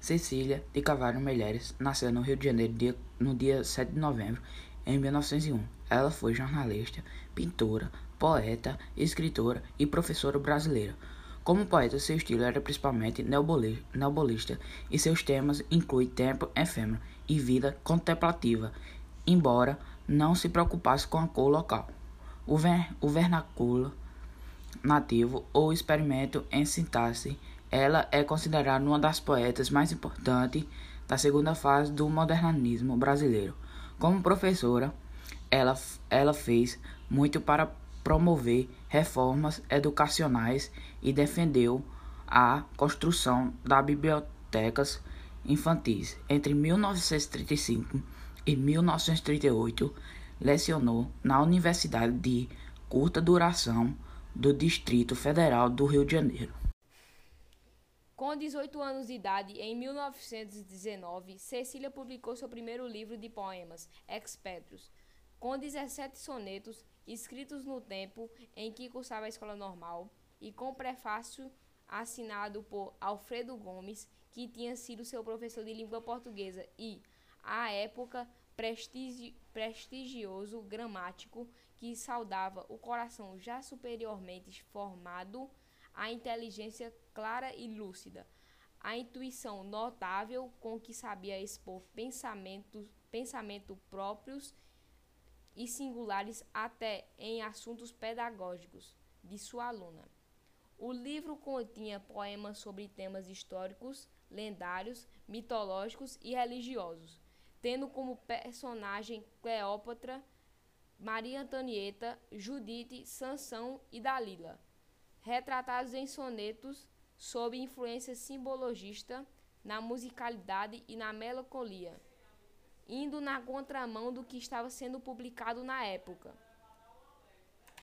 Cecília de Carvalho Meireles nasceu no Rio de Janeiro no dia 7 de novembro em 1901. Ela foi jornalista, pintora, poeta, escritora e professora brasileira. Como poeta, seu estilo era principalmente neobolista e seus temas incluem tempo efêmero e vida contemplativa, embora não se preocupasse com a cor local. O vernáculo nativo ou experimento em sintaxe, ela é considerada uma das poetas mais importantes da segunda fase do modernismo brasileiro. Como professora, ela fez muito para promover reformas educacionais e defendeu a construção das bibliotecas infantis. Entre 1935 e 1938, lecionou na Universidade de Curta Duração do Distrito Federal do Rio de Janeiro. Com 18 anos de idade, em 1919, Cecília publicou seu primeiro livro de poemas, Expédios, com 17 sonetos, escritos no tempo em que cursava a escola normal, e com prefácio assinado por Alfredo Gomes, que tinha sido seu professor de língua portuguesa e, à época, prestigioso gramático que saudava o coração já superiormente formado, a inteligência clara e lúcida, a intuição notável com que sabia expor pensamentos próprios e singulares até em assuntos pedagógicos de sua aluna. O livro continha poemas sobre temas históricos, lendários, mitológicos e religiosos, tendo como personagem Cleópatra, Maria Antonieta, Judite, Sansão e Dalila, retratados em sonetos sob influência simbologista, na musicalidade e na melancolia, indo na contramão do que estava sendo publicado na época.